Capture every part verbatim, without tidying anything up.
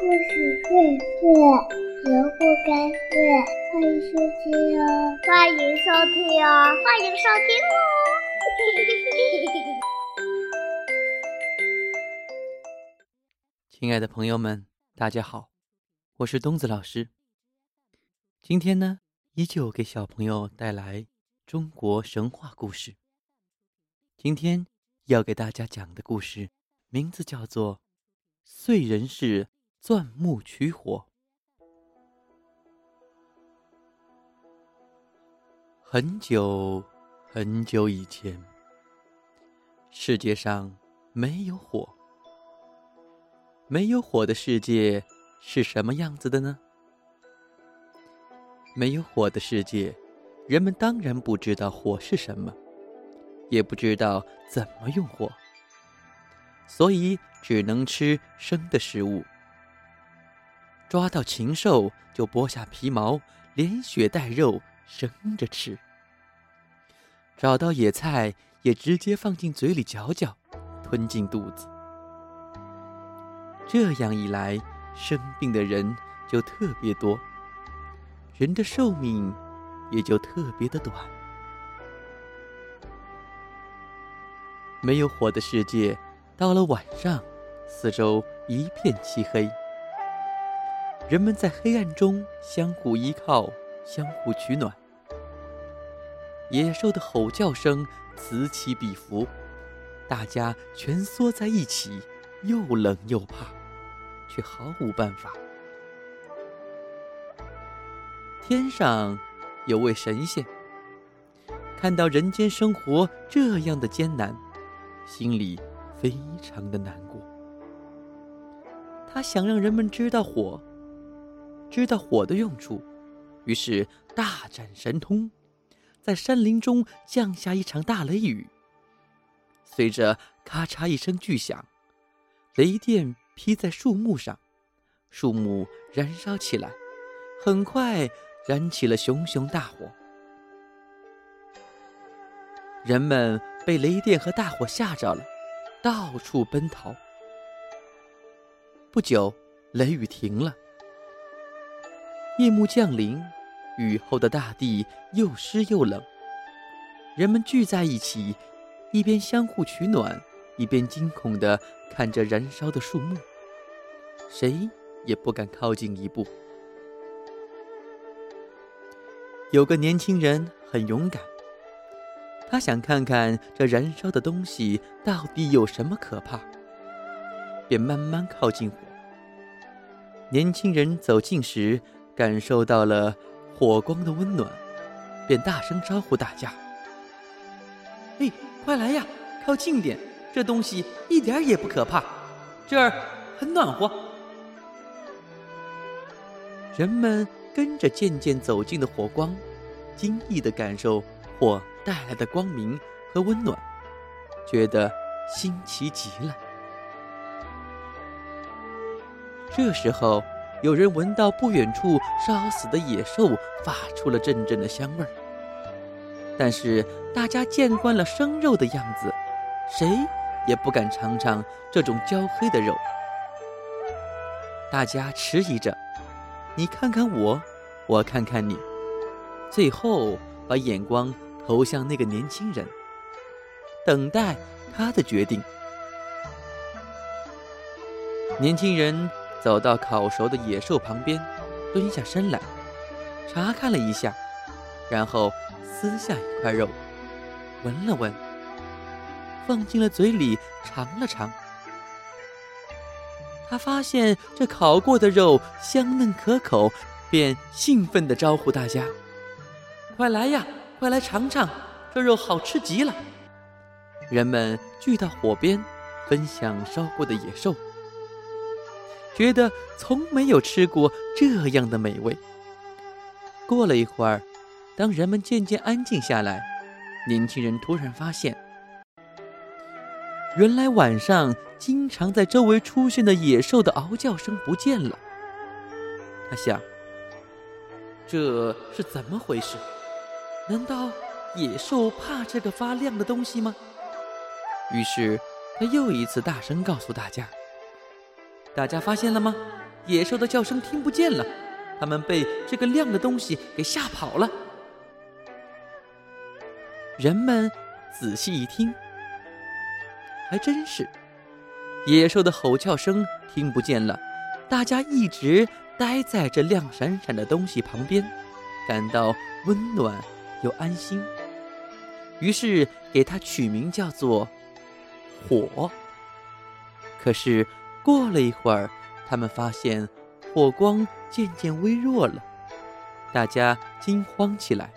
故事会睡，人不该睡。欢迎收听哦，欢迎收听哦，欢迎收听哦。 亲爱的朋友们，大家好，我是东子老师。今天呢，依旧给小朋友带来中国神话故事。今天要给大家讲的故事名字叫做燧人氏钻木取火。很久很久以前，世界上没有火。没有火的世界是什么样子的呢？没有火的世界，人们当然不知道火是什么，也不知道怎么用火，所以只能吃生的食物。抓到禽兽就剥下皮毛，连血带肉生着吃。找到野菜也直接放进嘴里嚼嚼，吞进肚子。这样一来，生病的人就特别多，人的寿命也就特别的短。没有火的世界，到了晚上，四周一片漆黑，人们在黑暗中相互依靠，相互取暖。野兽的吼叫声此起彼伏，大家蜷缩在一起，又冷又怕，却毫无办法。天上有位神仙，看到人间生活这样的艰难，心里非常的难过。他想让人们知道火，知道火的用处，于是大展神通，在山林中降下一场大雷雨。随着咔嚓一声巨响，雷电劈在树木上，树木燃烧起来，很快燃起了熊熊大火。人们被雷电和大火吓着了，到处奔逃。不久，雷雨停了，夜幕降临，雨后的大地又湿又冷。人们聚在一起，一边相互取暖，一边惊恐地看着燃烧的树木，谁也不敢靠近一步。有个年轻人很勇敢，他想看看这燃烧的东西到底有什么可怕，便慢慢靠近火。年轻人走近时，感受到了火光的温暖，便大声招呼大家：嘿，快来呀，靠近点，这东西一点也不可怕，这儿很暖和。人们跟着渐渐走近的火光，惊异地感受火带来的光明和温暖，觉得新奇极了。这时候，有人闻到不远处烧死的野兽发出了阵阵的香味儿，但是大家见惯了生肉的样子，谁也不敢尝尝这种焦黑的肉。大家迟疑着，你看看我，我看看你，最后把眼光投向那个年轻人，等待他的决定。年轻人走到烤熟的野兽旁边，蹲下身来，查看了一下，然后撕下一块肉，闻了闻，放进了嘴里尝了尝。他发现这烤过的肉香嫩可口，便兴奋地招呼大家：快来呀，快来尝尝，这肉好吃极了。人们聚到火边，分享烧过的野兽，觉得从没有吃过这样的美味。过了一会儿，当人们渐渐安静下来，年轻人突然发现，原来晚上经常在周围出现的野兽的嗷叫声不见了。他想，这是怎么回事？难道野兽怕这个发亮的东西吗？于是他又一次大声告诉大家：大家发现了吗？ 野兽的叫声听不见了，它们被这个亮的东西给吓跑了。人们仔细一听，还真是，野兽的吼叫声听不见了，大家一直待在这亮闪闪的东西旁边，感到温暖又安心，于是给它取名叫做火。可是过了一会儿，他们发现火光渐渐微弱了，大家惊慌起来。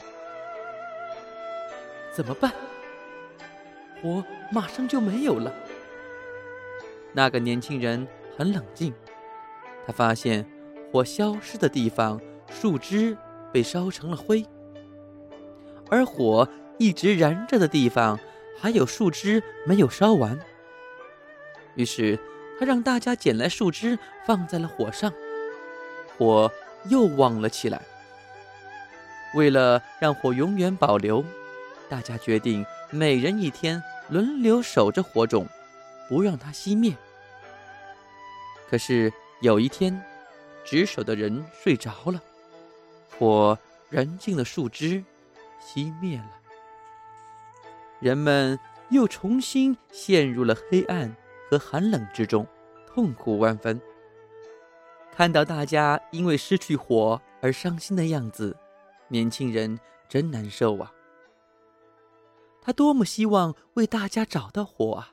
怎么办？火马上就没有了。那个年轻人很冷静，他发现火消失的地方，树枝被烧成了灰，而火一直燃着的地方，还有树枝没有烧完。于是他让大家捡来树枝放在了火上，火又旺了起来。为了让火永远保留，大家决定每人一天轮流守着火种，不让它熄灭。可是有一天，值守的人睡着了，火燃尽了树枝，熄灭了。人们又重新陷入了黑暗和寒冷之中，痛苦万分。看到大家因为失去火而伤心的样子，年轻人真难受啊。他多么希望为大家找到火啊！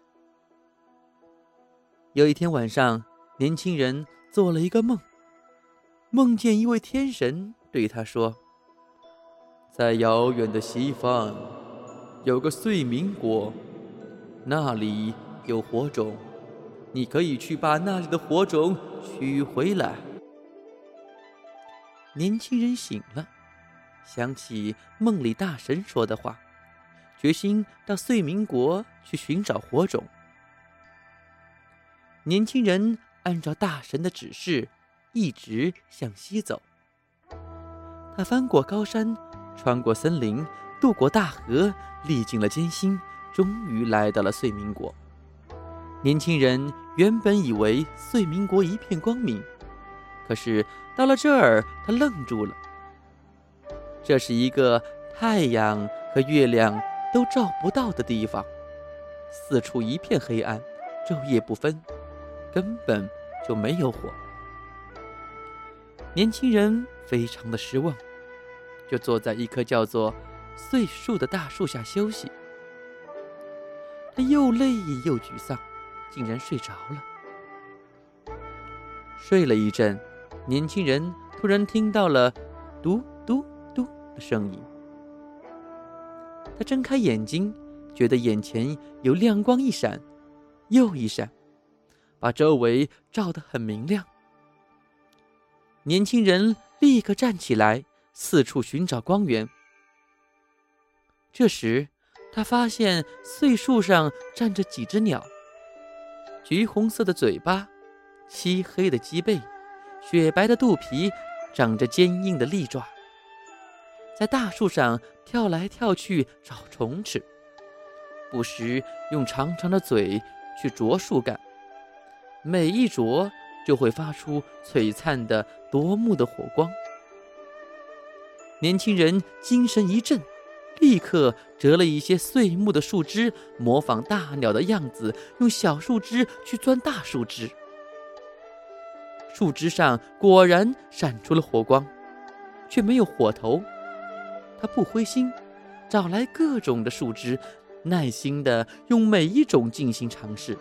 有一天晚上，年轻人做了一个梦，梦见一位天神对他说，在遥远的西方有个碎冥国，那里有火种，你可以去把那里的火种取回来。年轻人醒了，想起梦里大神说的话，决心到碎冥国去寻找火种。年轻人按照大神的指示，一直向西走。他翻过高山，穿过森林，渡过大河，历尽了艰辛，终于来到了碎冥国。年轻人原本以为碎冥国一片光明，可是到了这儿，他愣住了。这是一个太阳和月亮都照不到的地方，四处一片黑暗，昼夜不分，根本就没有火。年轻人非常的失望，就坐在一棵叫做碎树的大树下休息。他又累又沮丧，竟然睡着了。睡了一阵，年轻人突然听到了嘟嘟嘟的声音。他睁开眼睛，觉得眼前有亮光一闪又一闪，把周围照得很明亮。年轻人立刻站起来，四处寻找光源。这时他发现碎树上站着几只鸟，橘红色的嘴巴，漆黑的脊背，雪白的肚皮，长着坚硬的利爪，在大树上跳来跳去找虫吃，不时用长长的嘴去啄树干，每一啄就会发出璀璨的夺目的火光。年轻人精神一振，立刻折了一些碎木的树枝，模仿大鸟的样子，用小树枝去钻大树枝。树枝上果然闪出了火光，却没有火头。他不灰心，找来各种的树枝，耐心地用每一种进行尝试。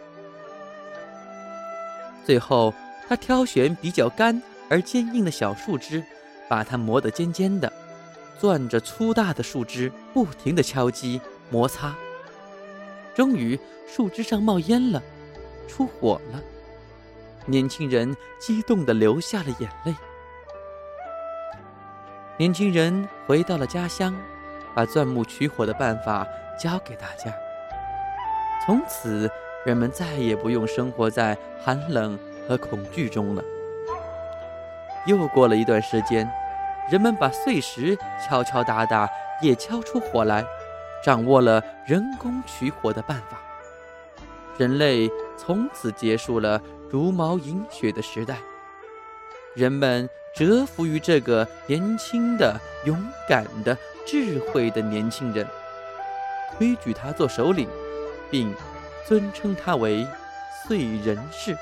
最后他挑选比较干而坚硬的小树枝，把它磨得尖尖的，攥着粗大的树枝，不停地敲击摩擦。终于树枝上冒烟了，出火了。年轻人激动地流下了眼泪。年轻人回到了家乡，把钻木取火的办法教给大家。从此人们再也不用生活在寒冷和恐惧中了。又过了一段时间，人们把碎石敲敲打打也敲出火来，掌握了人工取火的办法。人类从此结束了茹毛饮血的时代， 人们折服于这个年轻的、勇敢的、智慧的年轻人，推举他做首领，并尊称他为燧人氏。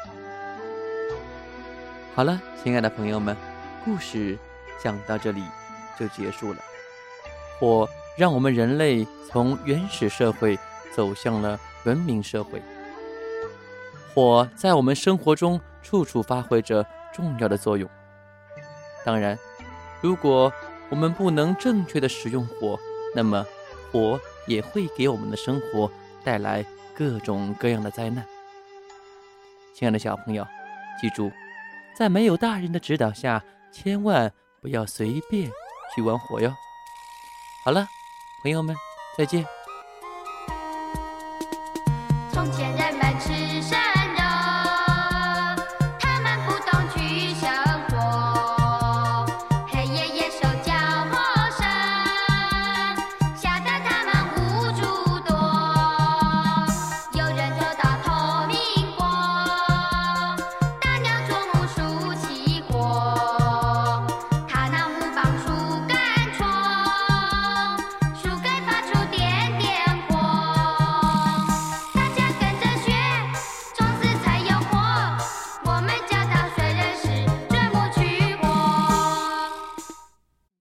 好了，亲爱的朋友们，故事讲到这里就结束了。火让我们人类从原始社会走向了文明社会。火在我们生活中处处发挥着重要的作用。当然，如果我们不能正确的使用火，那么火也会给我们的生活带来各种各样的灾难。亲爱的小朋友，记住，在没有大人的指导下，千万不要随便去玩火哟。好了，朋友们，再见。